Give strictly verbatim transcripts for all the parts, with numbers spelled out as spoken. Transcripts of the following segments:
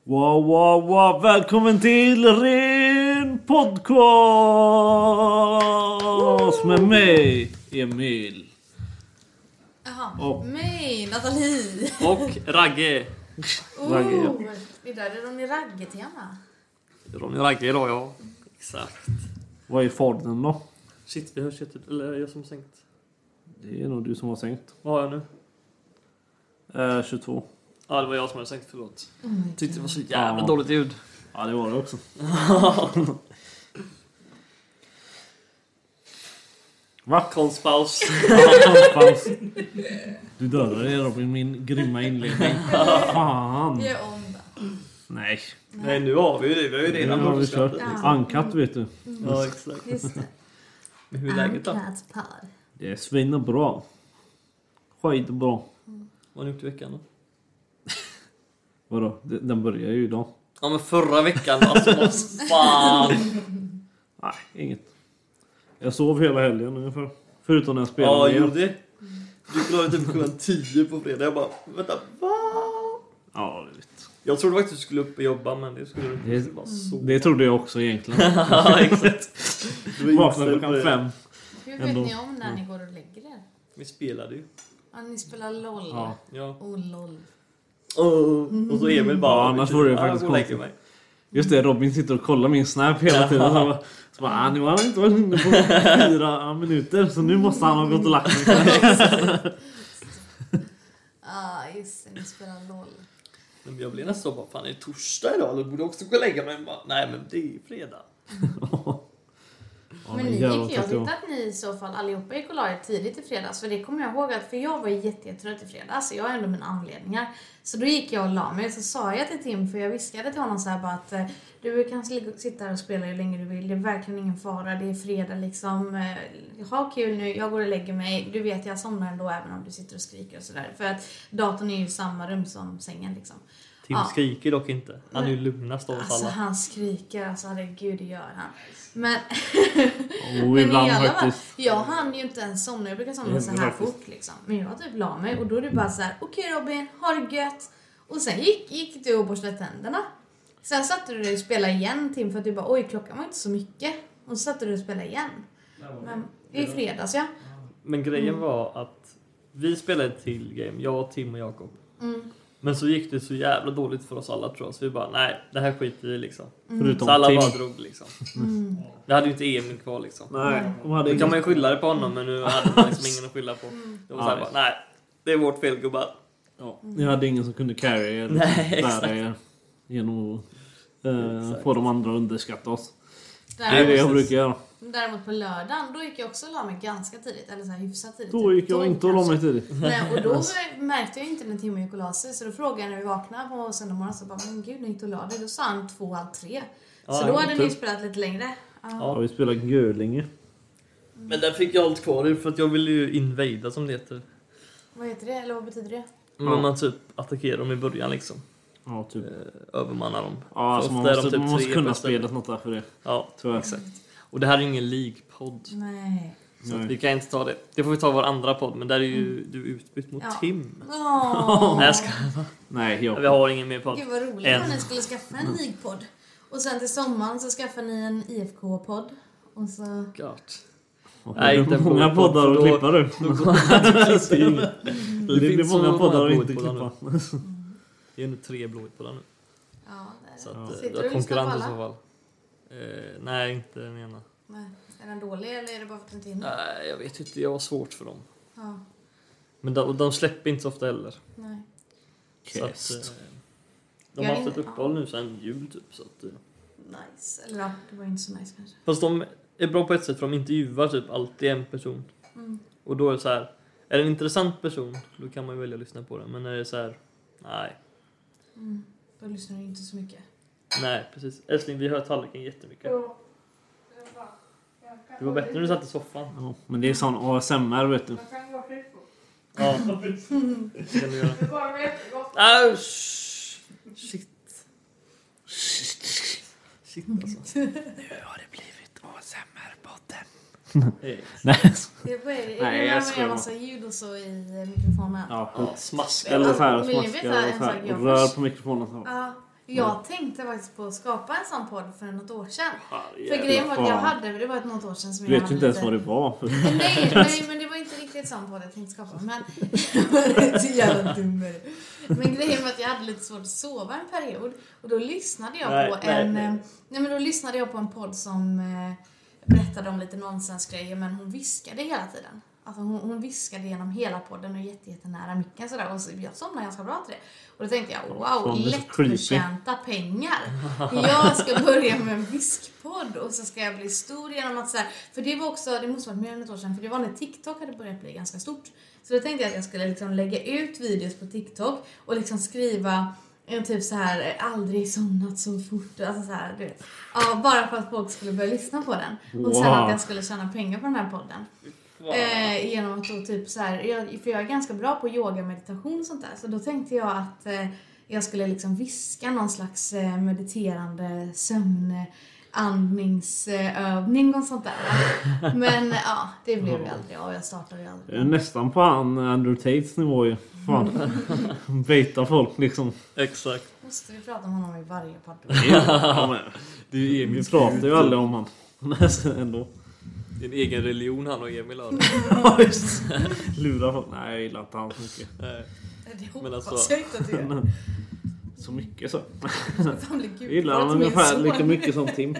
Wow, wow, wow. Välkommen till Ren Podcast med mig, Emil. Jaha, Och- mig, Nathalie. Och Ragge. Ragge, ja. Oh, det där är Ronny Ragge-tema. Ronny Ragge idag, ja. Exakt. Vad är fadern då? Shit, vi hörs jätte... Eller är jag som sänkt? Det är nog du som har sänkt. Vad har jag nu? Eh, tjugotvå. Ja, det var jag som hade sänkt, förlåt. Oh my Tyckte det var God. så jävla Ja. dåligt ljud. Ja, det var det också. Va? Konstpaus. Ja, konstpaus. Du dödade det Robin, min grymma inledning. Fan. Gör om då. Nej. Nej, nu har vi ju det. Vi har ju Nu redan har vi börjat. kört. Ja. Ankat vet du. Ja, exakt. Just det. Men hur är läget då? Uncut pod. Det är svinna bra. Skitbra. Vad har ni gjort i veckan då? Vadå? Den den börjar ju idag. Ja, men förra veckan, alltså vad fan. Nej, inget. Jag sov hela helgen ungefär. Förutom när jag spelade Ja, med er. gjorde det. Du klarade typ klockan tio på fredag. Jag bara, vänta, va? Ja, det vet. Jag trodde faktiskt att du skulle upp och jobba, men det skulle du inte. Det- Det bara så. Det trodde jag också egentligen. Ja, exakt. Du var Vaknade inställd på klockan det. fem. Hur vet Ändå. ni om när ni går och lägger er? Vi spelade ju. Ja, ni spelar LOL. Ja. Ja. Oh, LOL. Oh, och så Emil bara... Ja, annars vore det "Ah, faktiskt jag går och lägger konstigt." mig. Just det, Robin sitter och kollar min snap hela tiden. Så bara, så bara ah, nu har han inte varit inne på fyra minuter. Så nu måste han ha gått och lagt sig. Ah, just det, ni spelar LOL. Men jag blev nästan bara, fan är det torsdag idag? Eller borde jag också gå och lägga mig? Men bara, nej, men det är fredag. Ja, Men det ni jävla gick ju, jag att jag- tyckte att ni i så fall allihopa gick och la er tidigt i fredags. För det kommer jag ihåg att, för jag var jätte, jättetrött i fredags. Så jag har ändå mina anledningar. Så då gick jag och la mig. Så sa jag till Tim, för jag viskade till honom så här bara att eh, du kan ligga- sitta här och spela hur länge du vill. Det är verkligen ingen fara. Det är fredag liksom. Eh, Ha kul nu, jag går och lägger mig. Du vet, jag somnar ändå även om du sitter och skriker och sådär. För att datorn är ju i samma rum som sängen liksom. Tim Ja. skriker dock inte. Han är ju lugnast av oss Alltså alla. han skriker, alltså herregud det gör han. Men... Och Men ibland i alla fall, faktiskt. jag hann ju inte ens somna. Jag brukar Det somna händer så här faktiskt. fort liksom. Men jag typ la mig och då är det bara så här: okej Robin, ha det gött. Och sen gick, gick du och borstade tänderna. Sen satte du dig och spelade igen Tim, för att du bara oj klockan var inte så mycket. Och så satte du och spelade igen. Men i fredags ja. Men grejen var att vi spelade ett till game. Jag, Tim och Jakob. Mm. Men så gick det så jävla dåligt för oss alla tror jag. Så vi bara, nej, det här skiter vi liksom. Förutom Så alla Tim. bara drog liksom. Mm. Det hade ju inte Emil kvar liksom. Nej, de hade Då kan man ju skylla det på honom, men nu hade man liksom ingen att skylla på. Det var så här Nej. bara, nej, det är vårt fel gubbar. Ja, ni hade ingen som kunde carry er. Nej, bära exakt. er genom att eh, Exakt. få de andra att underskatta oss. Det är det Däremot, jag brukar göra. däremot på lördagen, då gick jag också och la mig ganska tidigt. Eller så här hyfsat tidigt. Då gick jag Tolv inte och la kanske. mig tidigt. Nej, och då märkte jag inte när Tim gick och la sig. Så då frågade jag när vi vaknade på söndag morgon. Så bara, men gud, när gick du och la dig? Då sa han två, halv tre. Ja, så då hade typ. ni spelat lite längre. Ja. Ja, vi spelar Görlinge. Men där fick jag allt kvar i, för att jag ville ju invada som det heter. Vad heter det? Eller vad betyder det? Men Ja. man typ attackerar dem i början liksom. Ja, typ. Eh, övermannar dem. Ja, alltså För man ofta är de måste, typ man måste tre kunna på ett ställe. spela något där för det. Ja, Tror jag. exakt. Och det här är ju ingen League-podd. Nej. Så att Nej. vi kan inte ta det. Det får vi ta vår andra podd. Men där är ju du utbytt mot Ja. Tim. Åh, Nej, jag ska... Nej, jag... Vi har ingen mer podd. gud vad roligt En. om ni skulle skaffa en League-podd. Och sen till sommaren så skaffar ni en I F K-podd. Och så... Klart. Nej, Nej, det inte blir många en poddar podd, att för då- klippa du. Det är inget. Det blir finns så många poddar att många inte blåvittpoddar klippa. Det är nu tre blåvittpoddar nu. Ja, det Så är det. att, eh, Sitter det du är och lyssnar på konkurrens i så alla? fall. Eh, nej, inte den ena. Nej. Är den dålig eller är det bara för att du inte hinner? Nej, jag vet inte. Jag har svårt för dem. Ja, Men de, de släpper inte så ofta heller. nej. Så att, Kest. eh, de Jag har haft in- ett uppehåll nu sedan jul typ. Så att, eh. Nice. Eller ja, det var inte så nice kanske. Fast de är bra på ett sätt för de intervjuar typ alltid en person. Mm. Och då är det så här, är det en intressant person då kan man ju välja att lyssna på den. Men när det är så här, nej, Mm. Då lyssnar du inte så mycket. nej precis. Älskling, vi hör tallriken jättemycket. Det var bättre när du satt i soffan. Ja, men det är sån A S M R vet du. Ja, det kan du göra. Ah, sh- shit. Shit alltså. Nu har det blivit A S M R-podden. Hey. Nej. Det är, är det Nej, jag när man skojar gör bara. massa ljud och så i eh, mikrofonen? Ja, Ja, smask. eller så här, Vill ni smaska veta och en så sak här. jag Rör först- på mikrofonen så. Ja, Jag tänkte faktiskt på att skapa en sån podd för något år sedan. Ah, för grejen var att jag hade, det var ett något år sedan som du jag vet ju inte ens vad det var. nej, nej, men det var inte riktigt sån podd jag tänkte skapa. Men det är så jävla dummare. Men grejen var att jag hade lite svårt att sova en period. Och då lyssnade jag nej, på nej, en... Nej. nej, men då lyssnade jag på en podd som eh, berättade om lite nonsensgrejer. Men hon viskade hela tiden. Alltså hon, hon viskade genom hela podden och jätte, jättenära micken sådär. Och så, jag somnade ganska bra till det. Och då tänkte jag, wow, lättförtjänta pengar. Jag ska börja med en viskpodd och så ska jag bli stor genom att så här, för det var också, det måste vara mer än ett år sedan, för det var när TikTok hade börjat bli ganska stort. Så då tänkte jag att jag skulle liksom lägga ut videos på TikTok och liksom skriva en typ så här, aldrig somnat så fort, alltså så här, du vet. Ja, bara för att folk skulle börja lyssna på den. Och wow. sen att jag skulle tjäna pengar på den här podden. Wow. Eh, genom att då typ så här, jag, för jag är ganska bra på yoga, meditation och sånt där. Så då tänkte jag att eh, jag skulle liksom viska någon slags eh, mediterande sömnandningsövning och sånt där. Men ja, det blev ju aldrig av. Jag startade ju aldrig. Nästan på han Andrew Tates nivå ju. Fan. Beta folk liksom. Exakt. Måste vi prata om honom i varje podd? Ja, men det är, vi pratar ju aldrig om han. Ändå. Det är en egen religion han och Emil har. Ja, just. Lura folk. Nej, jag gillar inte han så mycket. Nej. Det Men hoppas alltså- jag inte att det är. Så mycket så. Fan, blir gud, Jag gillar för han att de är ungefär så. lika mycket som Tim.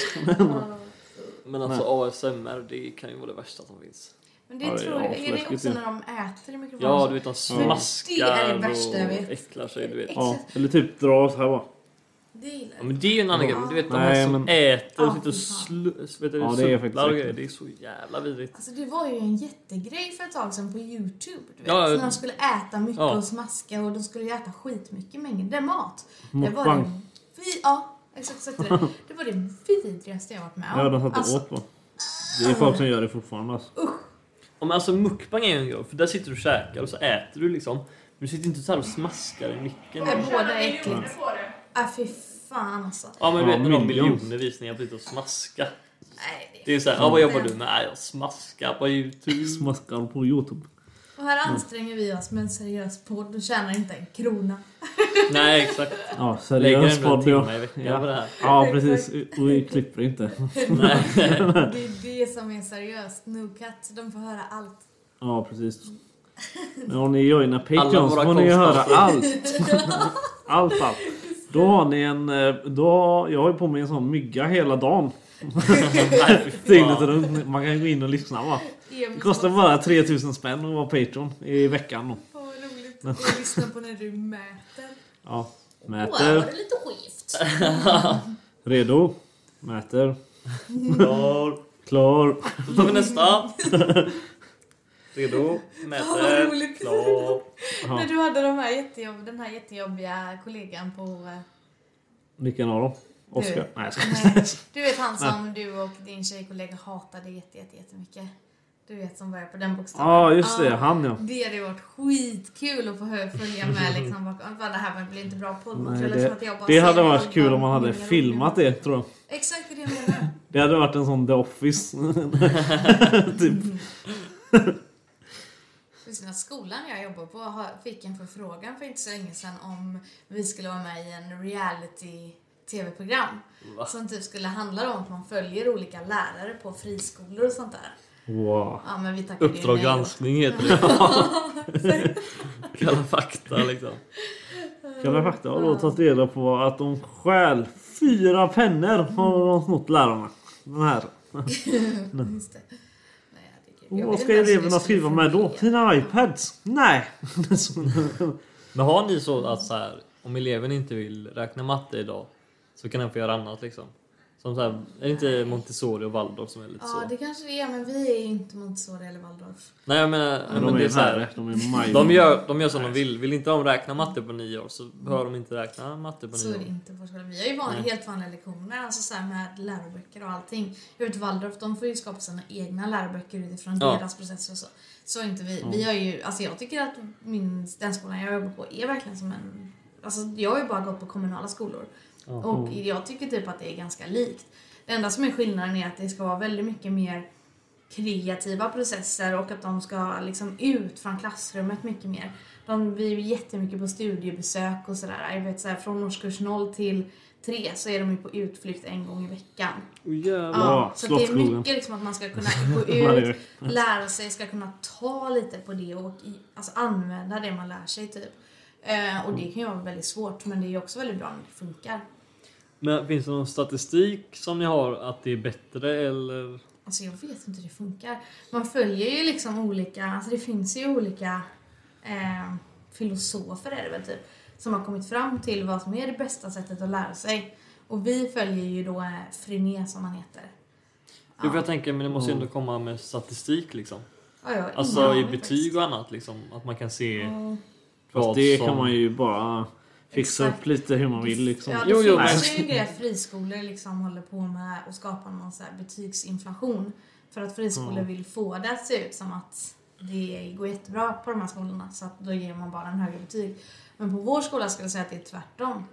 Men alltså A S M R, det kan ju vara det värsta som finns. Men det Ja, det är tror jag, är det asläskigt också ju. när de äter i mikrofonen? Ja, du vet de För det smaskar är det värsta jag och vet. äcklar sig, du vet. Ja, eller typ dra så här bara. Det gillar Ja, men det är ju en annan Ja. grej. Men du vet de Nej, här som men- äter och Ja, sitter och fy fan. slu... vet du, Ja, det är faktiskt supplar och grejer. äckligt. Det är så jävla vidrigt. Alltså det var ju en jättegrej för ett tag sedan på YouTube, du vet. Ja, när de skulle äta mycket ja. och smaska och de skulle ju äta skitmycket mängder mat. Det var Mukbang. det vi, ja, exakt, exakt det. Det var det vidrigaste jag varit med om. Ja, de satt och Alltså, åt på. Det är folk som gör det fortfarande alltså. Ja, men alltså mukbang är ju en grej. För där sitter du och käkar och så äter du liksom. Men du sitter inte så här och smaskar i micken. är båda äckligt. Ah, fy fan alltså. Ja, men du Ja, vet när de millions. miljoner visningar på lite och smaska. Nej, Det är så här, ja, vad jobbar du med? Nej, jag smaskar på YouTube. Smaskar på YouTube. Och här anstränger vi oss med en seriös podd och tjänar inte en krona. Nej, exakt. Ja, Lägger seriös ändå en podd. timme Ja. i veckan Ja. på det här. Ja, precis. Och vi klipper inte. Nej. Det är det som är seriöst. No cut, de får höra allt. Ja, precis. Men om ni joinar Alla Patreon så våra får ni höra konstnärer. allt. Allt, allt. Då har ni en... eh, Då, jag har ju på mig en sån mygga hela dagen. Nej, fy Dygnet fan. runt. Man kan gå in och lyssna va. Emil, Det kostar bara tre tusen spänn att vara Patreon i veckan. Då. Åh, vad roligt att lyssna på när du mäter. Ja. Wow, Mäter. var det lite skevt? Redo. Mäter. Klar. Klar. Då tar vi nästa. Redo. Åh, vad Mäter. roligt. Klar. Ja. När du hade de här jättejobb, den här jättejobbiga kollegan på... eh, Vilken av dem? Oskar? Du. Nej, jag ska Nej, du vet han som du och din tjejkollega hatade jätte, jätte, jättemycket. Du vet som börjar på den bokstaven. Ja, just det. Ja. Han ja. Det hade varit skitkul att få hö- följa med liksom bakom. Fan, det här blir inte bra Nej, poddmaterial. det, som att jag bara det ser hade det varit och kul bara om man hade ringer och filmat ringer. det, tror jag. Exakt det är det jag menar. Det hade varit en sån The Office. Typ. Precis, att skolan jag jobbar på har- fick en förfrågan för inte så länge sedan om vi skulle vara med i en reality-tv-program. Va? Som typ skulle handla om att man följer olika lärare på friskolor och sånt där. Wow. Ja, men vi tackade ju Uppdrag nej. granskning heter det. Kalla fakta liksom. Kalla fakta har då tagit reda på att de stjäl fyra pennor har de snott lärarna. Den här. Just det. Nej, det är kul. Jag Vad vet ska inte ens hur eleverna det skulle skriva med då? fungera. Sina iPads? Nej. Men har ni så att så här, om eleven inte vill räkna matte idag så kan den få göra annat liksom? Som så här, är det inte Montessori och Waldorf som är lite Ja, så? det kanske det är, men vi är ju inte Montessori eller Waldorf. Nej, jag menar, Men men de det är är så här, värre. De är maj. de gör, de gör som de vill. Vill inte de räkna matte på nio år så behöver de inte räkna matte på Så nio är det år. inte på skolan. Vi har ju vanliga, helt vanliga lektioner, alltså så här med läroböcker och allting. Jag vet Waldorf, de får ju skapa sina egna läroböcker utifrån Ja. deras processer och så. Så är inte vi. Vi har ju, alltså jag tycker att min, den skolan jag jobbar på är verkligen som en, alltså jag har ju bara gått på kommunala skolor. Och jag tycker typ att det är ganska likt. Det enda som är skillnaden är att det ska vara väldigt mycket mer kreativa processer och att de ska liksom ut från klassrummet mycket mer. De blir jättemycket på studiebesök och sådär. Jag vet så här, från årskurs noll till tre så är de ju på utflykt en gång i veckan. Oh, jävlar. Ja, så det är mycket liksom att man ska kunna gå ut, lära sig, ska kunna ta lite på det och i, alltså använda det man lär sig typ. Eh, och det kan ju vara väldigt svårt, men det är ju också väldigt bra när det funkar. Men finns det någon statistik som ni har att det är bättre eller? Alltså jag vet inte hur det funkar. Man följer ju liksom olika, alltså det finns ju olika eh, filosofer är det väl typ, som har kommit fram till vad som är det bästa sättet att lära sig. Och vi följer ju då eh, Frené som han heter. Ja. Jag tänker, men det måste ju ändå komma med statistik liksom. Ja, ja, alltså i betyg och annat liksom, att man kan se ja. Fast det som... kan man ju bara fixa Exakt. upp lite hur man vill liksom. Ja, det jo, jo, finns ju grejer att friskolor liksom håller på med och skapar någon så här betygsinflation. För att friskolor mm. vill få det att se ut som att det går jättebra på de här skolorna. Så att då ger man bara en högre betyg. Men på vår skola ska jag säga att det är tvärtom.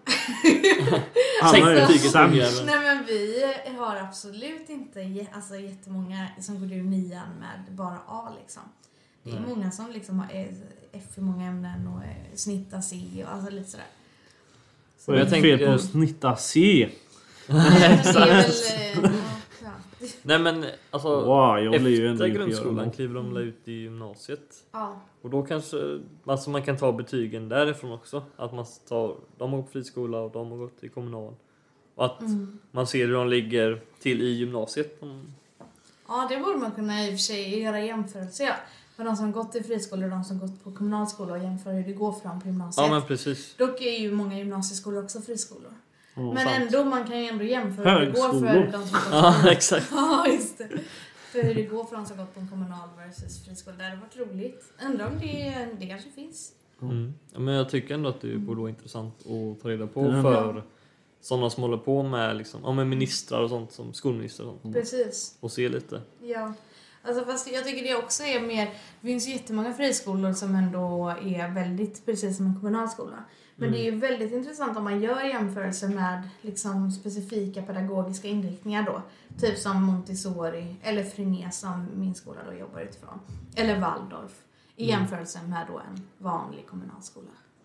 Alla är betyget så, nej men vi har absolut inte alltså, jättemånga som går ur nian med bara A liksom. Det är nej. många som liksom har F i många ämnen och snittar C och alltså lite sådär. Så och jag tänker på snitta C. Nej, det är väl, ja. Nej men alltså wow, jag blir ju efter grundskolan kliver de mm. ut i gymnasiet. Ja. Och då kanske alltså man kan ta betygen därifrån också. Att man tar, de har gått friskola och de har gått i kommunal. Och att mm. man ser hur de ligger till i gymnasiet. Mm. Ja, det borde man kunna i och för sig göra jämförelser. Ja. För de som gått i friskolor och de som gått på kommunalskola och jämföra hur det går för dem på gymnasiet. Ja, men precis. Dock är ju många gymnasieskolor också friskolor. Oh, men sant. ändå, man kan ju ändå jämföra hur det går för de som gått ja, exakt. Ja, just det. För hur det går för de som gått på en kommunal versus friskola. Det hade varit roligt. Undrar om det, det kanske finns. Mm. Ja, men jag tycker ändå att det borde vara intressant att ta reda på mm. för sådana som håller på med, liksom, ja, med ministrar och sånt, som skolministrar och sånt. Precis. Och se lite. Ja. Alltså fast jag tycker det också är mer, det finns ju jättemånga friskolor som ändå är väldigt precis som en kommunalskola. Men mm. det är ju väldigt intressant om man gör jämförelser med liksom specifika pedagogiska inriktningar då. Typ som Montessori eller Frené som min skola då jobbar utifrån. Eller Waldorf. I mm. jämförelse med då en vanlig kommunalskola.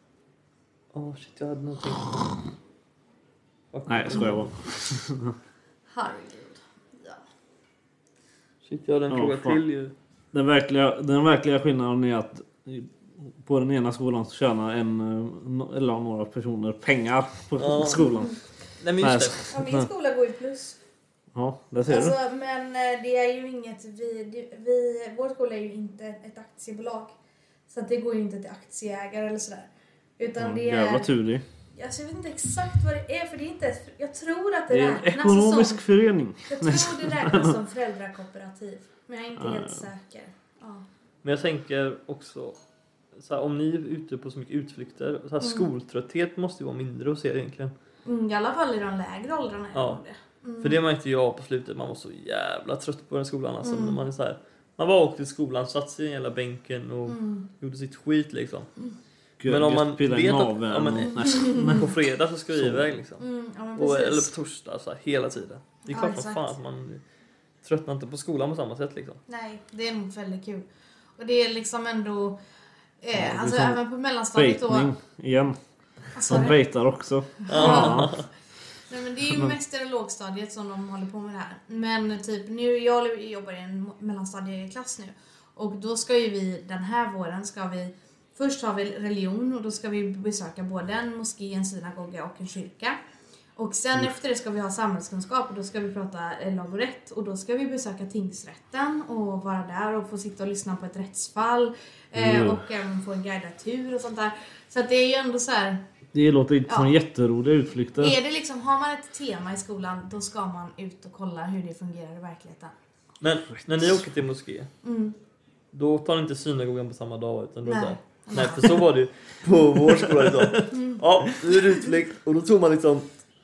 Åh oh, shit, jag hade någonting. Nej, ska jag vara. Herregud. Ja. Shit, jag hade en fråga oh, till ju. Den verkliga, den verkliga skillnaden är att på den ena skolan så tjänar en eller några personer pengar på oh. skolan. Nej, men just det. Ja, min skola går ju plus. Ja, det ser alltså, du. Men det är ju inget, vi, vi, vår skola är ju inte ett aktiebolag. Så att det går ju inte till aktieägare eller sådär. Utan ja, det är... Jävla tur det. Alltså, jag vet inte exakt vad det är, för det är inte ett, jag tror att det, det är räknas en ekonomisk som, förening. Jag tror det räknas som föräldrakooperativ. Men jag är inte helt säker. Ja. Men jag tänker också, så här, om ni är ute på så mycket utflykter, så här, mm. skoltrötthet måste ju vara mindre hos er egentligen. Mm, i alla fall i de lägre åldrarna. Ja. Det. Mm. För det märkte jag på slutet, man var så jävla trött på den skolan. Alltså, mm. när man är så här, man var åkt till skolan, satt sig i den jävla bänken och mm. gjorde sitt skit liksom. Mm. Men om man vet att ja, men, på fredag så ska vi iväg liksom. Mm, ja, och, eller på torsdag så här, hela tiden. Det är klart ja, som fan att man tröttnar inte på skolan på samma sätt liksom. Nej, det är nog väldigt kul. Och det är liksom ändå eh, ja, alltså även på mellanstadiet då igen. Alltså, de baitar också. Ja. Nej, men det är ju mest i lågstadiet som de håller på med det här. Men typ nu, jag jobbar i en mellanstadieklass nu. Och då ska ju vi, den här våren ska vi, först har vi religion och då ska vi besöka både en moské, en synagoga och en kyrka. Och sen mm. efter det ska vi ha samhällskunskap och då ska vi prata lag och rätt. Och då ska vi besöka tingsrätten och vara där och få sitta och lyssna på ett rättsfall. Mm. Eh, och även få en guidad tur och sånt där. Så att det är ju ändå så här... Det låter inte ja. som jätteroliga utflykter. Är det liksom, har man ett tema i skolan, då ska man ut och kolla hur det fungerar i verkligheten. Men när ni åker till moské, mm. då tar ni inte synagogan på samma dag utan då Nej. Där. Nej, för så var det ju på vår skola idag. Mm. Ja, nu är det utflykt och då tog man liksom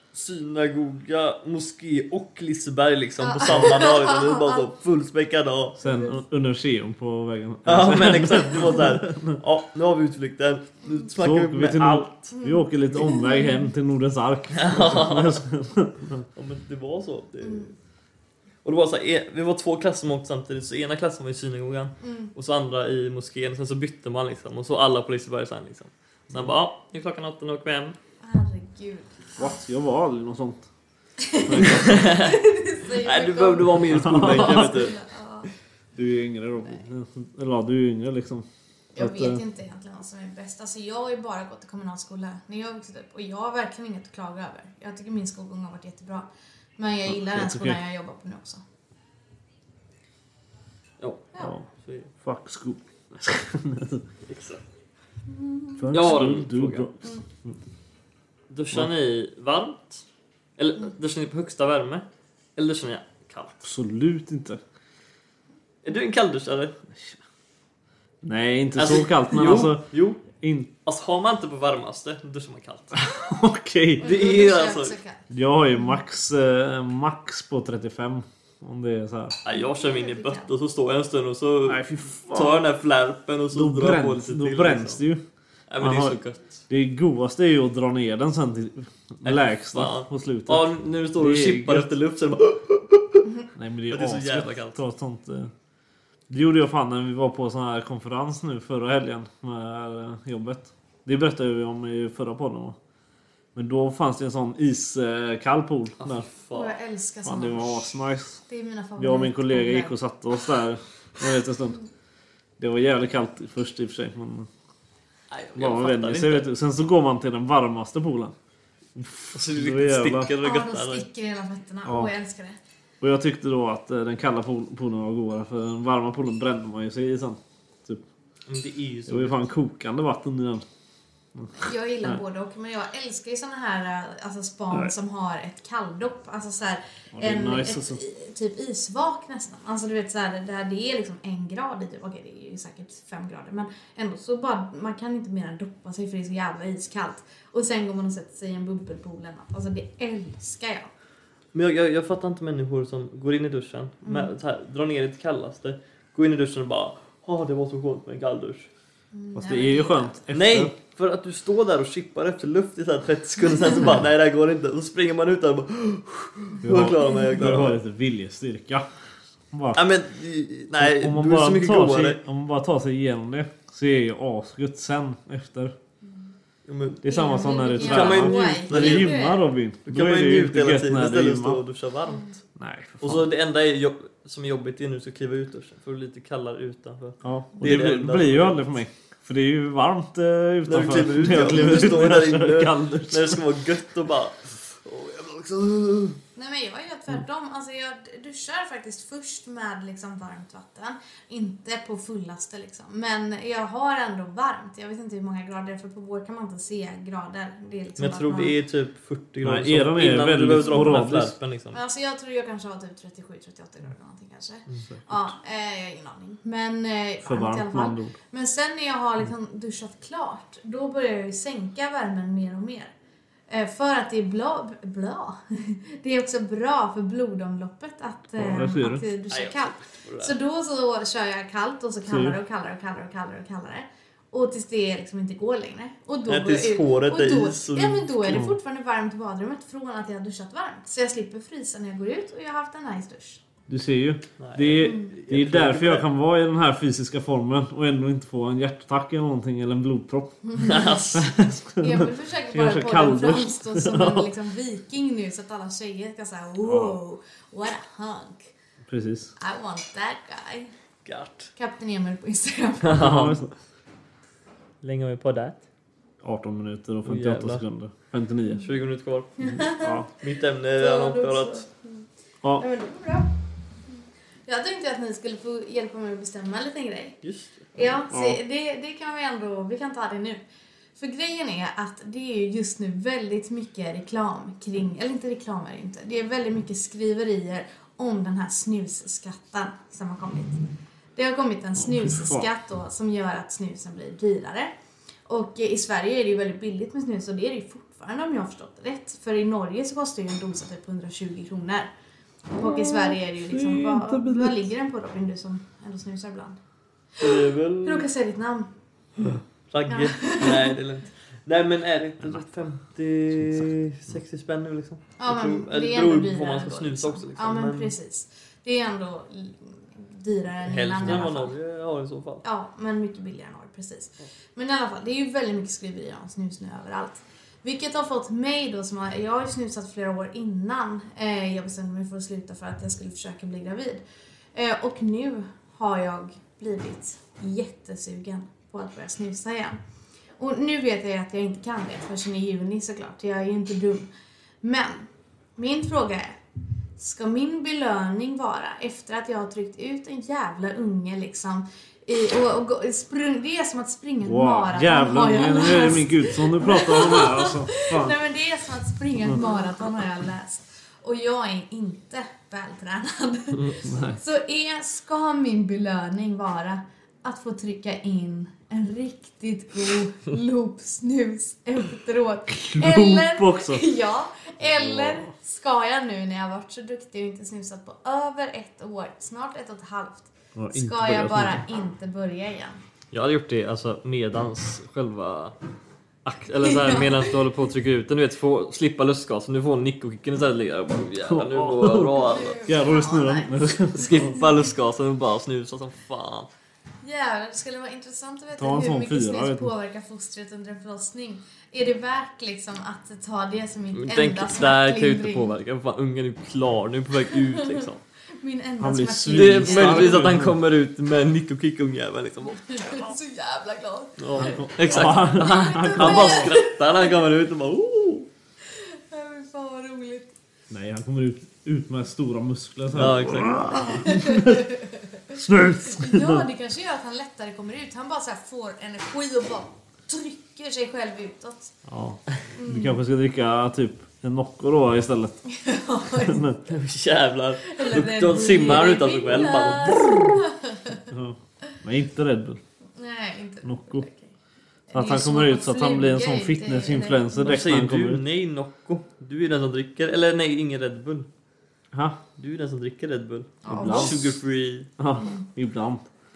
synagoga, moské och Liseberg liksom ja. på samma dag. Det var bara så fullspäckad dag. Sen universum på vägen. Ja, men exakt. Det var så här. Ja, nu har vi utflykten. Nu snackar vi med vi allt. Vi åker lite omväg hem till Nordens ark. Ja, men det var så. Det... Och det var så här, vi var två klasser som åkte samtidigt. Så ena klassen var i synagogan Mm. och så andra i moskén. Sen så bytte man liksom. Och så alla på Liseberg sen liksom. Sen bara, ja, nu är klockan åtta, nu åker vi hem. Herregud. What? Jag var aldrig något sånt. Nej, du behövde vara med i skolbänken, vet du. Ja. Du är ju yngre då. Eller ja, du är ju yngre liksom. Jag Att, vet eh, inte egentligen vad som är bäst. Alltså jag har ju bara gått i kommunalskola när jag har vuxit upp. Och jag har verkligen inget att klaga över. Jag tycker min skolgång har varit jättebra. Men jag gillar den helt skolan okej. jag jobbar på nu också. Ja, Ja. så är det. Fuck school. Exakt. Fuck Jag har en school, du fråga. bra. Duschar ni varmt? Eller duschar ni på högsta värme? Eller duschar ni kallt? Absolut inte. Är du en kallduschare? Nej, inte Alltså, så kallt. Men jo, alltså... jo. In... Alltså har man inte på varmaste, då duschar man kallt. Okej. Det Och då är duschar jag alltså- också kallt. Jag har ju max, eh, max på trettiofem. Om det är så här. Nej, jag kör mig in i bött och så står jag en stund och så Nej, fy fan. tar jag den här flärpen och så Då drar jag på bränns, lite då till. bränns liksom. det ju. Nej, men det är Aha. så gött. Det godaste är ju att dra ner den sen till Nej, lägsta fan. på slutet. Ja, när du står och Det är chippar gött. efter luft så är det bara... Nej, men det är, Det är så asgött jävla att kallt. ta ett sånt, eh. Det gjorde jag fan när vi var på sån här konferens nu förra helgen med eh, jobbet. Det berättade vi om i förra podden. Va? Men då fanns det en sån iskall pool Ah, där. fy Och fan. jag älskar Fan, såna. det var asnice. Det är mina favoriter. Jag och min kollega gick och satte oss där en liten stund. Det var jävligt kallt först i och för sig. Men Nej, jag, bara man jag vänjer fattar sig, vet inte. du. Sen så går man till den varmaste poolen. Och så är det Då riktigt jävlar. sticker och Ja, gött de där. sticker i hela fötterna. Ja. Åh, jag älskar det. Och jag tyckte då att eh, den kalla pool- poolen var godare. För den varma poolen brände man ju sig i sen. Typ. Men det är ju Det var ju så. fan kokande vatten i den. Jag gillar Nej. både och, men jag älskar ju såna här alltså span Nej. som har ett kalldopp. Alltså så här, Ja, det är en, nice ett, alltså. i- typ isvak nästan. Alltså du vet så här, där det är liksom en grad i typ. Okej, det är ju säkert fem grader. Men ändå så bara, man kan inte mer än doppa sig för det är så jävla iskallt. Och sen går man och sätter sig i en bubbelpool. Alltså det älskar jag. Men jag, jag, jag fattar inte människor som går in i duschen, Mm. med, så här, drar ner det till kallaste, går in i duschen och bara, ja det var så skönt med en kalldusch. Fast Nej, det är ju men skönt. Efter. Nej, för att du står där och chippar efter luft i så här trettio sekunder sen så bara, nej det här går inte. Och så springer man ut där och bara, Du jag klarar mig, jag Du klarar har mig. lite viljestyrka. Bara. Ja men, nej, om man du är bara så mycket tar godare. sig, om man bara tar sig igenom det så är det ju asgött sen efter. Ja, men, Det är samma som när du Vilken kan man ju tränar. njuta När du white gymmar du är. Robin. då Då kan är man det ju ju njuta inte hela gött tiden när du istället för att stå och gymmar. duscha varmt. Nej, för Och fan. så det enda är jobb, som är jobbigt är nu så kliva ut duschen, för det är lite kallare utanför. Ja, och det det, är det blir, enda blir ju som är aldrig för mig. För det är ju varmt eh, utanför. kliver ut, När jag ja. kliver Du ut står när där jag kör inne. kalldusch. När det ska vara gött och bara, åh jävlar liksom. Nej men jag gör tvärtom. Alltså jag duschar faktiskt först med liksom varmt vatten. Inte på fullaste liksom. Men jag har ändå varmt. Jag vet inte hur många grader. För på vår kan man inte se grader. Det är liksom Men jag att tror man... det är typ fyrtio grader. Nej, eran är innan du väldigt behöver dra på den här sporadisk. flärpen liksom. Alltså jag tror jag kanske har typ trettiosju trettiåtta grader eller någonting kanske. Mm. Ja, eh, jag har ingen aning. Men eh, För varmt i alla varmt med fall. andra ord. Men sen när jag har liksom duschat klart, då börjar jag ju sänka värmen mer och mer. Eh, för att det är bla, bla. Det är också bra för blodomloppet att, eh, Ja, det ser du. att duscha Nej, jag kallt. tror det Så där. då så kör jag kallt och så Ser kallare du? och kallare och kallare och kallare och kallare. Och tills det liksom inte går längre. Och då Nej, går jag tills ut. håret Och är då, is och ja, du- men då är det Ja. fortfarande varmt i badrummet från att jag har duschat varmt. Så jag slipper frysa när jag går ut och jag har haft en nice dusch. Du ser ju. Nej. Det är, det är Jag tror därför inte jag det. kan vara i den här fysiska formen och ändå inte få en hjärtattack eller någonting eller en blodpropp. Alltså, Jag försöker Jag bara kör på den kalldusch. framstå som en liksom viking nu så att alla tjejer ska säga wow, what a hunk. Precis. I want that guy. gart. Kapten Emil på Instagram. Ja, Länge har vi på det? arton minuter och Åh, femtioåtta jävlar. sekunder. femtionio. tjugo minuter kvar. Ja. Mitt ämne är redan avklarat. Ja. Ja, men det går bra. Jag tänkte att ni skulle få hjälpa mig att bestämma en liten grej. Just det. Ja, så Ja. det, det kan vi ändå, vi kan ta det nu. För grejen är att det är ju just nu väldigt mycket reklam kring, eller inte reklam är det inte, det är väldigt mycket skriverier om den här snusskatten som har kommit. Det har kommit en snusskatt då som gör att snusen blir dyrare. Och i Sverige är det ju väldigt billigt med snus och det är det ju fortfarande om jag har förstått det rätt. För i Norge så kostar ju en dosa typ hundratjugo kronor. Och i Sverige är det ju liksom, Det är inte vad, billigt. vad ligger den på Robin, du som ändå snusar ibland? Det är Jag väl råkar säga ditt namn. Ragge. Nej, det är lugnt. Nej, men är det inte typ femtio sextio spänn nu liksom? Ja, Jag men tror- eller det det är beror ändå ju på vad man dyrare ska då, snusa också liksom. Ja, men, men precis. Det Det är ändå dyrare än hälften innan i vad alla fall. Norge har i så fall. Ja, men mycket billigare än Norge, precis. Men i alla fall, det är ju väldigt mycket skriverier om snus nu överallt. Vilket har fått mig då, som har, jag har ju snusat flera år innan eh, jag bestämde mig för att sluta för att jag skulle försöka bli gravid. Eh, och nu har jag blivit jättesugen på att börja snusa igen. Och nu vet jag att jag inte kan det förrän i juni såklart. Jag är ju inte dum. Men min fråga är, ska min belöning vara efter att jag har tryckt ut en jävla unge liksom i, och, och, och sprung, det är som att springa ett Wow, maraton. jävla har jag unge, nu är det läst. min gud som du pratar om här alltså. Fan. Nej, men det är som att springa ett maraton har jag läst. Och jag är inte vältränad. Mm, nej. Så är, ska min belöning vara att få trycka in en riktigt god loop-snus efteråt. Loop också. Ja, eller ska jag nu när jag har varit så duktig och inte snusat på över ett år, snart ett och ett halvt, Ja, inte ska börja jag bara snusa. inte börja igen? Jag hade gjort det alltså medans själva ak- eller så här medans du håller på att trycka ut den, du vet, få slippa lustgasen, du får nikokicken istället ligga och bara jävlar nu går det bra alltså. Jävlar du snurrar. Skippa lustgasen och bara snusa som fan. Jävlar, det skulle vara intressant att Ta en veta hur sån mycket fyra, snus vet du. påverkar fostret under en förlossning. Är det värt liksom att ta det som min Men enda tänk, där kan ju inte smärtlindring? påverka, fan ungen är klar, nu är på väg ut liksom. Min enda Han blir Det smärtlindring. är möjligtvis att han kommer ut med en nikokick-ungjävel liksom. Jag är så jävla glad. Ja, exakt. Ja, Han bara skrattar när han kommer ut och bara oh! Men fan vad roligt. Nej, han kommer ut, ut med stora muskler så här. Ja, exakt. Snus! Ja, det kanske gör att han lättare kommer ut. Han bara så här får energi och bara trycker sig själv utåt. Ja. Du kanske ska dricka typ en Nocco då istället. Jävlar. Eller Då Red simmar han Bull utan sig själv bara. Ja. Men inte Red Bull. Nej, inte Nocco. Okej. Att Det är han ju kommer svårt ut att så att han blir en flyga sån ut, fitnessinfluencer Vad direkt när säger han kommer du? ut. Nej, Nocco. Du är den som dricker. Eller nej, ingen Red Bull. Ha? Du är den som dricker Red Bull. Ja, Ibland. Sugar free. Ja, ibland.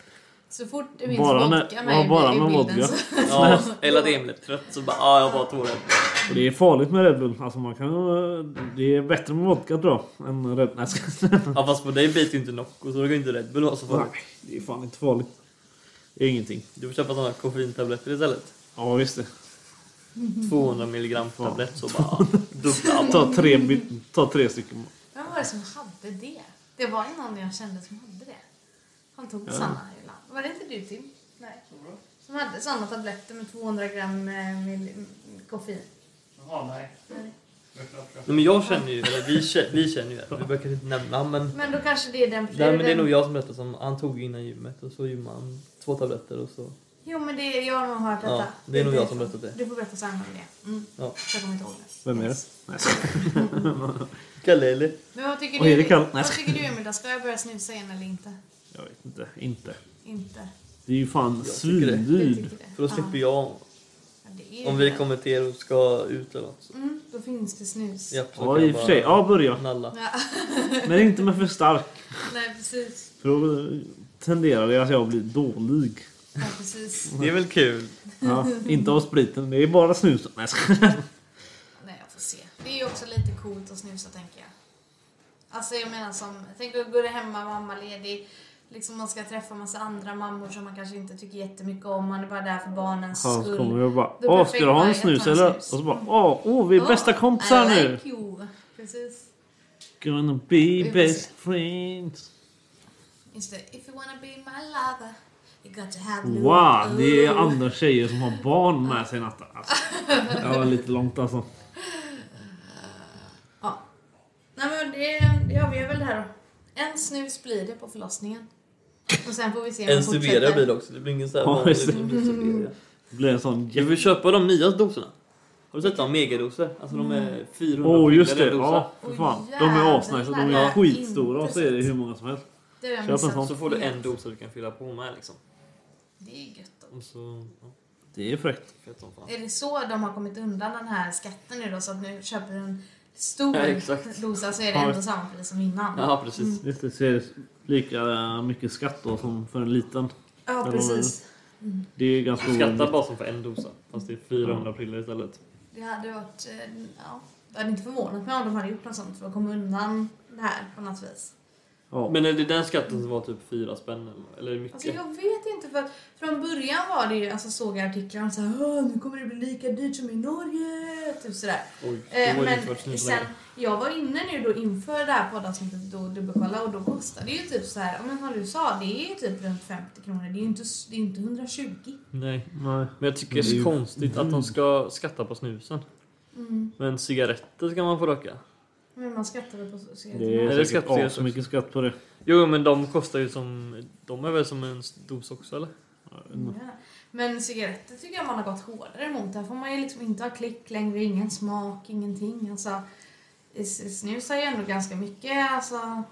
Så fort det finns Bara vodka när- med ja, bara i med bilden vodka. så... Ja, eller att Emil är trött så bara, ja, jag bara tog Red Bull. Och det är farligt med Red Bull. Alltså man kan, det är bättre med vodka tror jag än Red Bull. Nej, ska- Ja, fast på dig biter ju inte Nocco så då kan inte Red Bull vara så farligt. Nej, det är fan inte farligt. Det är ingenting. Du får köpa sådana koffeintabletter istället. Ja, visst det. tvåhundra milligram tablett så bara dubbla. Ta tre, bit- ta tre stycken. Vem var det som hade det? Det var ju någon jag kände som hade det. Han tog såna ibland. Var det inte du, Tim? Nej. Som hade såna tabletter med tvåhundra gram eh, mil- koffein. Jaha, nej. Nej. Nej, men jag känner ju, eller vi känner, vi känner ju, vi behöver kanske inte nämna men Men då kanske det är den... Nej, men det är den- nog jag som berättade som han tog innan gymmet och så gymmade han två tabletter och så. Jo, men det är, jag har nog hört detta. Ja, det är nog jag som berättat det. Du får berätta sen om det. Mm. Ja. Jag kommer inte ihåg det. Vem är det? Yes. Nej, ska- Kalle eller? Men vad tycker Oj, är du? det kallt? Nej, Vad jag tycker du, Emil? Ska jag börja snusa igen eller inte? Jag vet inte. Inte. Inte. Det är ju fan Jag tycker det. Du svindyrt. tycker det? För då slipper jag, Ja, det är om det. vi kommer till er och ska ut eller något. Så. Mm, då finns det snus. Ja, så Ja, kan i jag och för sig. bara Ja, börja. nalla. Ja. Men inte med för stark. Nej, precis. För då tenderar det att jag blir dålig. Ja, precis. Det är väl kul? Ja, inte av spriten. Det är bara snus. Nej, jag skojar. Nej, jag får se. Det är ju också lite coolt att snusa, tänker jag. Alltså, jag menar som... Tänk att gå hemma, mamma ledig. Liksom man ska träffa massa andra mammor som man kanske inte tycker jättemycket om. Man är bara där för barnens Ja, så skull. kommer jag bara, Då åh, perfekt, ska du ha en jag snus tar en eller? snus. Och så bara, åh, åh, vi är bästa kompisar I nu. like you. Precis. Gonna be Vi får best se. friends. Just det. If you wanna be my lover, you got to have love. Wow, det är Ooh. andra tjejer som har barn med sig natta. Alltså, det var lite långt alltså. Ja. Nej, men det, det avgör väl det här då. En snus blir det på förlossningen. Och sen får vi se om En man Siberia fortsätter. blir det också, det blir ingen sån här Ja, vanlig just det. Siberia. Det blir en sån Jag vill köpa de nya doserna. Har du sett de megadoser? Alltså de är fyrahundra Åh, oh, just det. doser. Ja, för Oj, fan. De är jävlar. asnice. De Ja, är skitstora och så är det inte hur många som helst. Det har jag Köp en missat. sån. Så får du en dos så du kan fylla på med liksom. Det är gött då. Och så, ja, Det är fräckt. fett som fan. Är det så de har kommit undan den här skatten nu då? Så att nu köper du en stor Ja, exakt. dosa så är det Ja. ändå samma pris som innan. Ja, precis. Just det, så är det lika mycket skatt då som för en liten. Ja, precis. Det är ganska Jag skattar ovanligt. bara som för en dosa. Fast det är fyrahundra piller istället. Det hade varit... eh, Ja, det hade inte förvånat mig om de hade gjort något sånt för att komma undan det här på något vis. Ja. Men är det den skatten som var typ fyra spänn eller är det mycket? Alltså jag vet inte, för att från början var det ju, alltså såg jag artiklar om så här, nu kommer det bli lika dyrt som i Norge, typ sådär. Oj, eh, men sen, jag var inne nu då inför det här poddavsnittet då dubbelkolla och då kostade det ju typ så här, men som du sa, det är ju typ runt femtio kronor, det är ju inte, det är inte hundratjugo. Nej. Nej. Men jag tycker det är så ju... konstigt att de ska skatta på snusen. Mm. Men cigaretter ska man få röka. Men man skattar väl på cigaretterna? Det är, Är det det skatt på skatt, det så mycket skatt på det. Jo, men de kostar ju som... De är väl som en dos också, eller? Mm. Men cigaretter tycker jag man har gått hårdare emot. Där får man ju liksom inte ha klick längre, ingen smak, ingenting. Alltså, snus är ju ändå ganska mycket, alltså...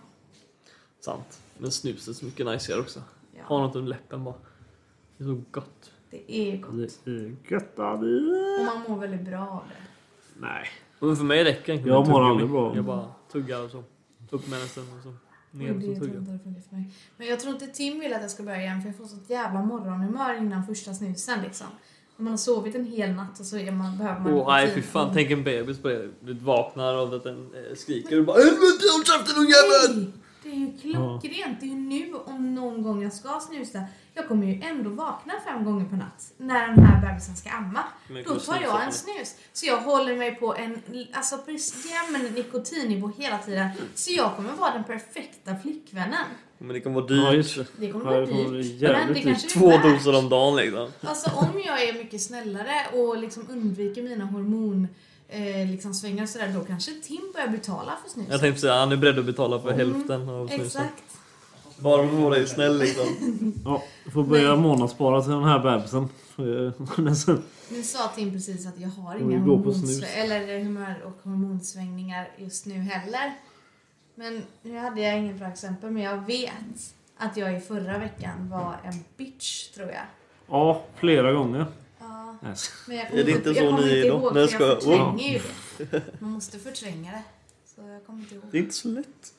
Sant. Men snus är så mycket najsigare också. Ja. Ha något under läppen bara. Det är så gott. Det är gott. Det är gött. Och man mår väldigt bra av det. Nej. Men för mig räcker inte. Jag med mår tuggummi. aldrig bra. Jag bara tuggar och så. Upp med en stund och så. Ner Och och det så tror tuggar. inte det funkar för mig. Men jag tror inte Tim vill att jag ska börja igen, för jag får sånt jävla morgonhumör innan första snusen liksom. När man har sovit en hel natt och så är man, behöver man... Åh, nej fy fan, tänk en bebis på det. Du vaknar av att den eh, skriker och bara helvete, håll käften och jävel! Nej, det är ju klockrent. Det är ju nu om någon gång jag ska snusa. Jag kommer ju ändå vakna fem gånger på natt när den här bebisen ska amma. Men Då tar jag en snus. Så jag håller mig på en alltså jämn nikotinnivå hela tiden. Så jag kommer vara den perfekta flickvännen. Men det kommer vara Ja, dyrt. just det. Det kommer Ja, vara det kommer bli dyrt. Men jävligt det dyrt. kanske är Två värt. doser om dagen liksom. Alltså om jag är mycket snällare och liksom undviker mina hormon eh, liksom svängar sådär, då kanske Tim börjar betala för snus. Jag tänkte säga, han är beredd att betala för Mm, hälften av snusen. Exakt. Bara för att vara snäll liksom. Ja, du får börja Nej. månadsspara till den här bebisen. Nästan. Nu sa Tim precis att jag har Och inga vi går på hormonsv- snus. eller humör- och hormonsvängningar just nu heller. Men nu hade jag inget bra exempel, men jag vet att jag i förra veckan var en bitch, tror jag. Ja, flera gånger. Ja, Yes. men jag Är det inte jag så kommer ni är inte då? ihåg, Nej, för ska jag jag- förtränger ju det. Man måste förtränga det. Så jag kommer inte ihåg. Det är inte så lätt.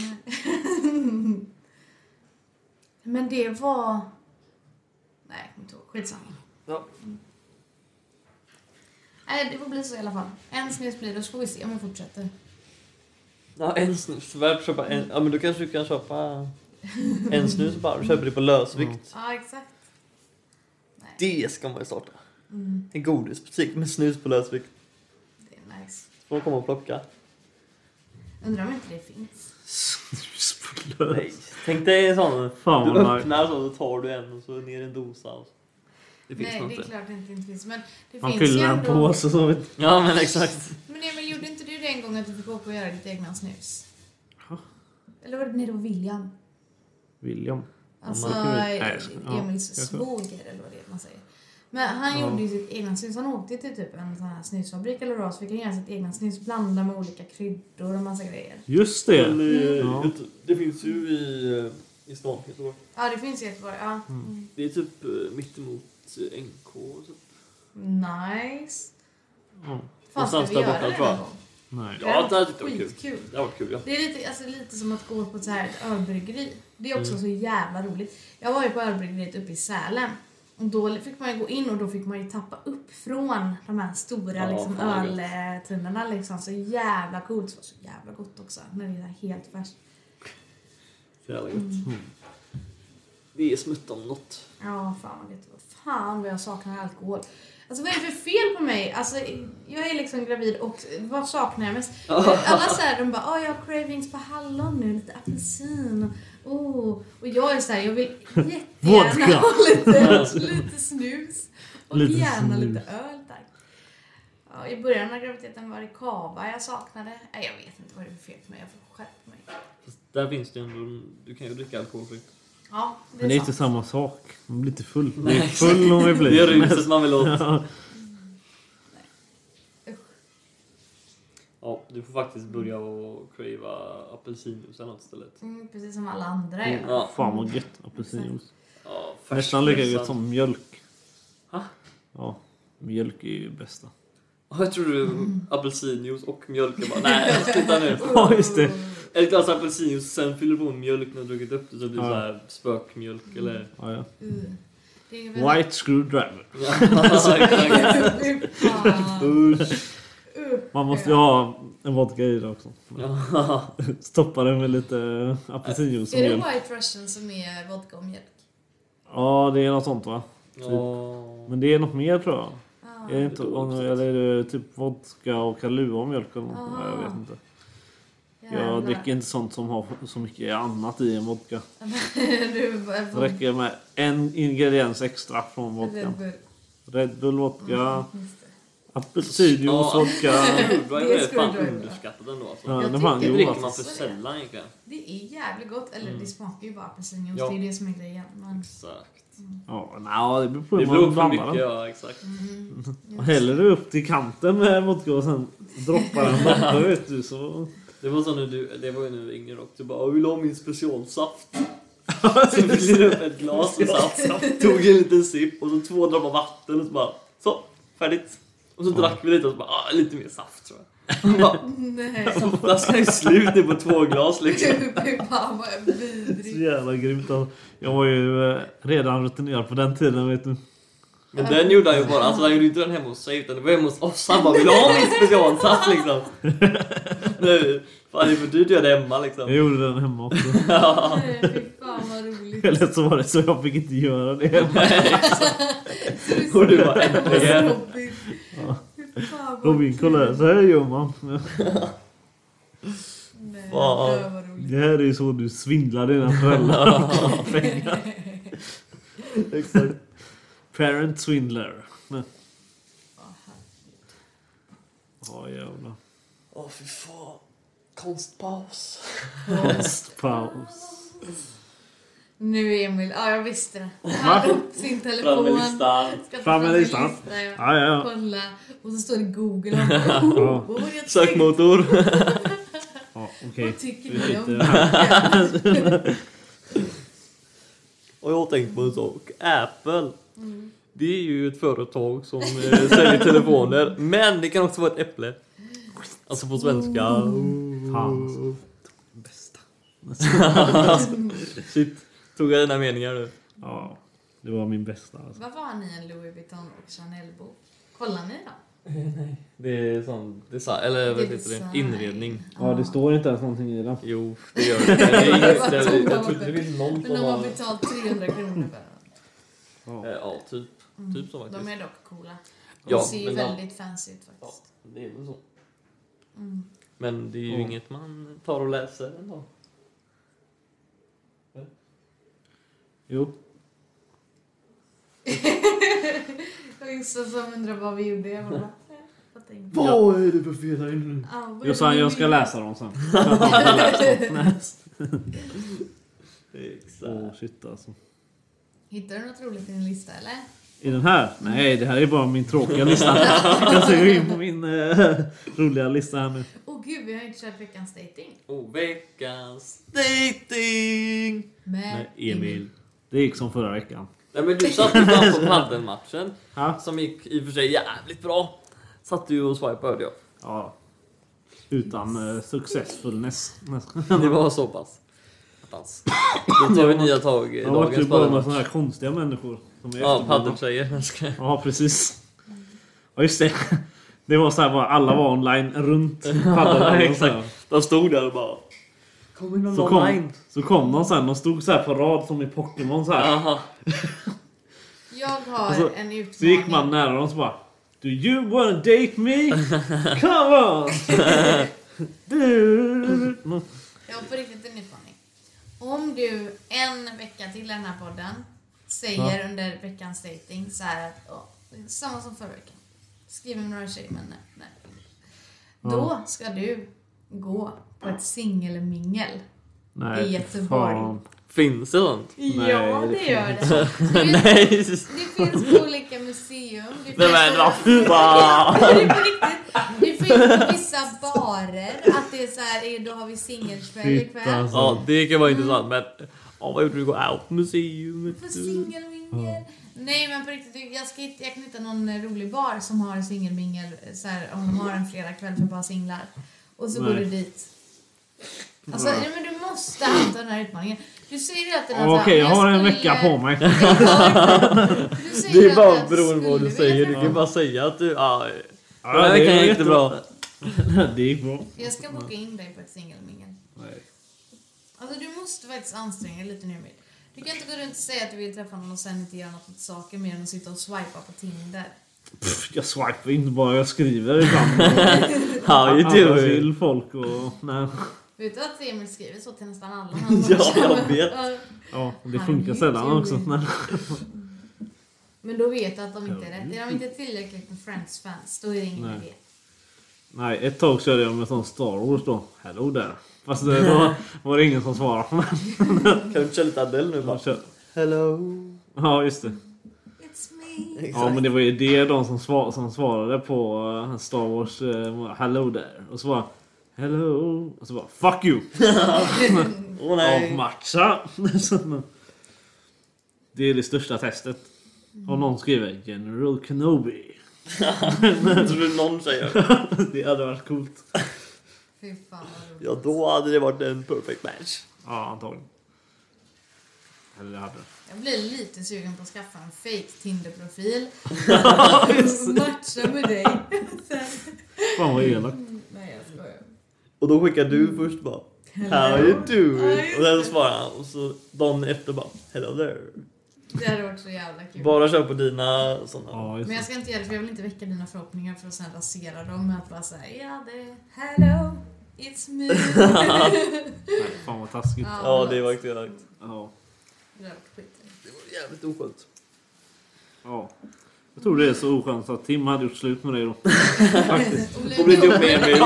Men det var... Nej, jag kommer inte ihåg. Skitsamma. Ja. Nej, det får bli så i alla fall. En snus blir det, så får vi se om jag fortsätter. Ja, en snus. Värt köpa en. Ja, men då kanske du kan köpa en snus bara. Du köper det på lösvikt. Ja, exakt. Nej. Det ska man ju starta. Mm, En godisbutik med snus på lösvikt. det är nice. Så man kommer och plocka. Undrar om inte det finns. Snus på lös. Nej. Tänk dig en sån. Fan Du vad nice. öppnar så, då tar du en och så ner en dosa. Och så. Det finns Nej, nog det är inte. klart att det inte finns. Men det Man finns ju fyller en ändå... påse så vet Ja, men exakt. Men Emil, gjorde inte du det en gång att du fick åka och göra ditt egna snus? Ja. Eller var det, nej, det var William? William. Alltså man kan ju- nej, ja, Emils kanske. svåger, eller vad det är man säger. Men han Ja. gjorde ju sitt egna snus. Han åkte till typ en sån här snusfabrik eller vad, så fick han göra sitt egna snus. Blanda med olika kryddor och massa grejer. Just det. Men, eh, Ja. det finns ju i, eh, i stan. Göteborg. Ja, det finns i Göteborg. Ja. Mm. Det är typ eh, mittemot eh, N K. Så. Nice. Ja. Fan, ska Någonstans vi där göra borta, det tror jag. någon gång? Nej. Det Ja, hade det hade varit varit kul. skitkul. Det var kul, ja. Det är lite, alltså, lite som att gå på ett, så här, ett ölbryggeri. Det är också Mm. så jävla roligt. Jag var ju på ölbryggeriet uppe i Sälen. Och då fick man ju gå in och då fick man ju tappa upp från de här stora Ja, liksom, fan vad gött. öltunnorna. Liksom. Så jävla coolt. Det var så jävla gott också. När det är helt färskt. Så jävla gött. Mm. Det är smutt om något. Ja, fan vad gött. Fan vad jag saknar alkohol. Alltså vad är det för fel på mig? Alltså jag är liksom gravid och vad saknar jag mest? Alla säger de bara, åh jag har cravings på hallon nu, lite apelsin. Oh. Och jag är så här, jag vill jättegärna Vodka. ha lite, lite snus. Och Lite gärna snus. lite öl, tack. Ja, i början av graviditeten var det kava jag saknade. Nej, jag vet inte vad det är för fel på mig, jag får skärpa mig. Fast där finns det ändå, du kan ju dricka alkoholfritt. Ja, det är, Men det är sant. inte samma sak. Man blir inte full. Nej. Det är full om vi blir. Det är ruset man vill åt. Ja. Ja, du får faktiskt börja och crava apelsinjuice eller något istället. Mm, precis som alla andra gör. Ja. Fan vad gött. Apelsinjuice. Ja, Nästan lika färskpressad. gött som mjölk. Ha? Ja, mjölk är ju bästa. Ja, jag tror du apelsinjuice och mjölk. Jag bara, nej, sluta nu. Ja, just det. Ett glas apelsinjuice, sen fyller du på mjölk när du druckit upp det så blir det Ja. så här spökmjölk eller... Ja, ja. Uh. Det är väl... White screwdriver. Ja, exakt. Fy fan. Usch. Man måste ju ha en vodka i det också. Ja. Stoppa den med lite apelsinjuice och Är det mjölk. White Russian som är vodka och mjölk? Ja, det är något sånt va? Typ. Ja. Men det är något mer tror jag. Ah. Är det inte, eller är det typ vodka och Kahlua och mjölk eller något? Ah. Jag vet inte. Jävlar. Jag dricker inte sånt som har så mycket annat i en vodka. Du bara Det räcker med en ingrediens extra från vodkan. Red Bull. Red Bull vodka, Mm, just det. apelsinjuice Ja. vodka. Screwdriver är fan Screwdriver. underskattat ändå alltså. Ja, Jag det fan Det tycker- god dricker man alltså. för sällan egentligen. Det är jävligt gott. Eller Mm. det smakar ju bara apelsinjuice. Ja. Det är det som är grejen. Men... Exakt. Ja, nej, det beror på Det hur beror man på hur blandar mycket, den. ja exakt. Mm. Och häller du upp till kanten med vodka och sen droppar den borta, vet du, så... Det var så när du, det var ju nu yngre också. Du bara, jag vill ha min specialsaft. Så fyllde du upp ett glas med saft. Tog en liten sipp och så två droppar vatten och så bara, så, färdigt. Och så drack vi lite och så bara, ah, lite mer saft tror jag. Och bara, Nej. saftflaskan är slut nu på två glas liksom. Fy fan vad Så vidrigt. jävla grymt. Alltså. Jag var ju eh, redan rutinerad på den tiden, vet du. Men den gjorde han ju bara, alltså han gjorde inte den hemma hos sig utan det var hemma hos oss. Han bara, vill ha min specialsaft liksom. Nu, fan det är för dyrt att göra det hemma liksom. Jag gjorde den hemma också. Nej, fy fan vad roligt. Eller så var det så jag fick inte göra det hemma. Och du bara, äntligen. Robin. Ja. Fy fan vad Robin, kul. kolla här, så här gör man. Nej, Fan. det var roligt. Det här är ju så du svindlar dina föräldrar på pengar. Exakt. Parent swindler. Nej. Ja, jävlar. Åh fy fan. Konstpaus. Paus. Nu Emil, ja jag visste det. Va? Han hade upp sin Fram telefon. med listan. Ska ta Fram med sin listan. lista, ja. Ja, ja, ja. Kolla. Och så står det Google. Och bara, oh, Ja. vad var det jag tänkte? Sökmotor. Ja, okej. Vad tycker Vi ni om skiter i det? Och jag har tänkt på en sak. Apple. Mm. Det är ju ett företag som eh, säljer telefoner. Men det kan också vara ett äpple. Alltså på svenska. Fan. Bästa. Shit. Tog jag dina meningar nu? Ja, det var min bästa. Alltså. Varför har ni en Louis Vuitton och Chanel-bok? Kollar ni då? Det är sån design, eller vad Det är heter design. det? Inredning. Ja, det står inte ens någonting i den. Jo, det gör det. Det är inget, jag, jag tror inte det finns någon Men som de har har... betalt trehundra kronor för den. Eh, Ja, typ. Typ så De faktiskt. är dock coola. De Ja, ser ju men ja. väldigt fancy ut Ja, faktiskt. det är väl så. Mm. Men det är ju Ja. inget man tar och läser ändå. Jo. Och vissa som undrar vad vi gjorde. Jag bara, jag fattar inte. Vad är det för fel här inne nu? Ja, vad är Jag sa det jag vi ska gjorde? läsa dem sen. Åh Exakt. shit alltså. Hittar du något roligt i din lista eller? I den här? Nej, det här är bara min tråkiga lista. Jag ska gå in på min eh, roliga lista här nu. Åh oh, gud, vi har inte kört veckans dating. Och veckans dating! Med Nej, Emil. Det gick som förra veckan. Nej men du satt ju fram på paddelmatchen. Ja. Som gick i och för sig jävligt bra. Satt du och swipade hörde jag. Ja. Utan eh, successfulness. Det var så pass. Attans. Då tar vi nya tag i Jag har varit ju dagens bara med paddelmatch. såna här konstiga människor. Som är Ja, efterblivna. paddeltjejer. Jag ska- Ja, precis. Ja, just det. Det var så här bara alla var online runt paddeln. Exakt. De stod där och bara... Kommer någon Så kom, online? så kom de sen. De stod så här på rad som i Pokémon så här. Jaha. Jag har Och så- en utmaning. Så gick man nära dem så bara: Do you wanna date me? Come on! Du. Jag har på riktigt en utmaning. Om du en vecka till den här podden säger under veckans dating så här att, åh, det är samma som förra veckan. Skriver med några tjejer, men nej. nej. Då ska du gå på ett singelmingel i Nej, Göteborg. fan. Finns det sånt? Nej, Ja, det det finns gör det. Du vet, Nej. det finns på olika museum. Det finns Nej men vad på, fan! det är på riktigt. Det finns på vissa barer att det är så här, då har vi singelkväll Shit, ikväll. alltså. Ja, det kan vara intressant men... Ja, vad gjorde du? Gå out museum? För singelmingel. Nej men på riktigt, jag, ska hitta, jag kan hitta någon rolig bar som har singelmingel så här, om de har en fredagkväll för bara singlar. Och så Nej. går du dit. Alltså, nej, men du måste anta den här utmaningen. Du säger ju att den Okej, okay, jag har en vecka på mig. Det är bara beroende på vad du säger. Du kan bara säga att du... Ja, den här veckan gick det bra. Det gick bra. Jag ska boka in dig på ett singelmingel. Nej. Alltså du måste faktiskt anstränga dig lite nu. Du kan inte gå runt och säga att du vill träffa någon och sen inte göra något åt saker mer än att sitta och swipa på Tinder. Pff, jag swipar inte bara, jag skriver ibland. How you Alla doing? till folk och... Nej. Vet du att Emil skriver så till nästan alla? Ja, jag vet. Ja, det funkar sällan också. Nej. Men då vet du att de inte är rätt. Är de inte tillräckligt med Friends-fans, då är det ingen Nej. idé. Nej, ett tag körde jag med sån Star Wars då. Hello där. Fast då var det ingen som svarade. Kan du inte köra lite Adele nu bara? Kör. Hello. Ja, just det. It's me. Ja, men det var ju det de som, svar, som svarade på uh, Star Wars uh, Hello där. Och så bara Hello. Och så bara fuck you. Åh oh, nej. Avmatcha. Det är det största testet. Och någon skriver General Kenobi. Tror du någon säger? Det hade varit coolt. Fy fan vad roligt. Ja, då hade det varit en perfect match. Ja, antagligen. Eller det hade. Jag blir lite sugen på att skaffa en fake Tinder-profil. Matcha med dig. Fan vad elak. Nej, jag skojar. Och då skickar du först bara How you doing? How you Och sen svarar han. Och så dagen efter bara Hello there. Det hade varit så jävla kul. Bara kör på dina sådana. Ja, just Men jag det. ska inte göra det för jag vill inte väcka dina förhoppningar för att sen rasera dem med att bara säga ja det är hello, it's me. Nej, fan vad taskigt. Ja, det var exakt. Ja. Det hade varit skit. Det var jävligt oskönt. Ja. Jag tror det är så oskönt att Tim hade gjort slut med dig då. Faktiskt. Och blivit ihop med Emil.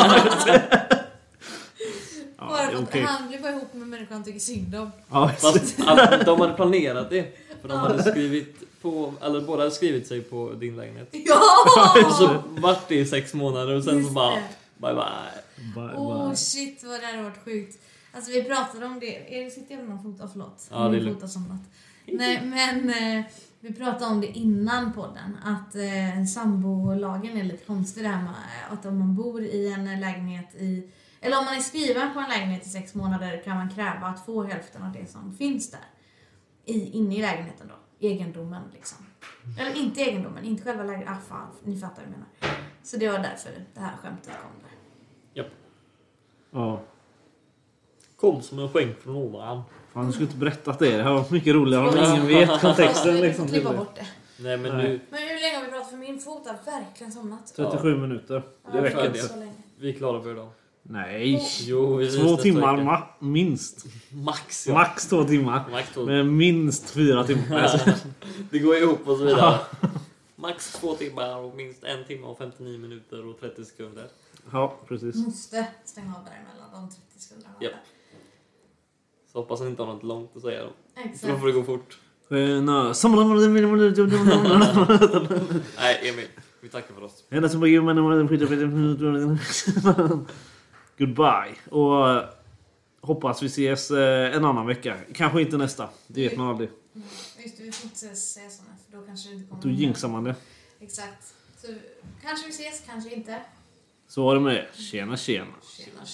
Ja, Bara det för är att okej. han blir bara ihop med människan han tycker synd om. Ja, Fast att de hade planerat det. För de hade skrivit på, eller båda hade skrivit sig på din lägenhet. Ja! Så vart det i sex månader och sen Just så bara det. bye bye. bye, Åh bye. shit vad det hade varit sjukt. Alltså vi pratade om det. Är det sitter jag med någon fot? Oh, förlåt. Ja, det är Min lugnt. fot har somnat. Nej men eh, vi pratade om det innan podden. Att eh, sambolagen är lite konstig det här med att om man bor i en lägenhet i... Eller om man är skriven på en lägenhet i sex månader kan man kräva att få hälften av det som finns där. I, inne i lägenheten då. Egendomen liksom. Eller inte egendomen, inte själva lägenheten. Ah fan, ni fattar vad jag menar. Så det var därför det här skämtet kom där. Japp. Ja. Kom som en skänk från ovan. Fan, du skulle inte berättat det. Det här var mycket roligare om ingen vet kontexten liksom. Klippa bort det. Nej men Nej. nu, Men hur länge har vi pratat? För min fot har verkligen somnat. trettiosju minuter. Det Ja, räcker för inte. det. Så länge. vi är klara för idag. Nej. Jo, vi Två nästa timmar vecka. ma- minst. Max ja. Max två timmar. Max två. Men minst fyra timmar. Alltså. Det går ihop och så vidare. Max två timmar och minst en timme och femtionio minuter och trettio sekunder. Ja, precis. Måste stänga av däremellan de trettio sekunderna. Japp. Så hoppas han inte har något långt att säga då. Så då Exakt. får det gå fort. Sköna. Nej Emil, vi tackar för oss. Goodbye. Och eh, hoppas vi ses eh, en annan vecka. Kanske inte nästa. Det vet man aldrig. Mm. Just det, vi får inte säga sådana för då kanske det inte kommer. Då jinxar man det. Exakt. Så kanske vi ses, kanske inte. Så var det med. Tjena, tjena. Tjena,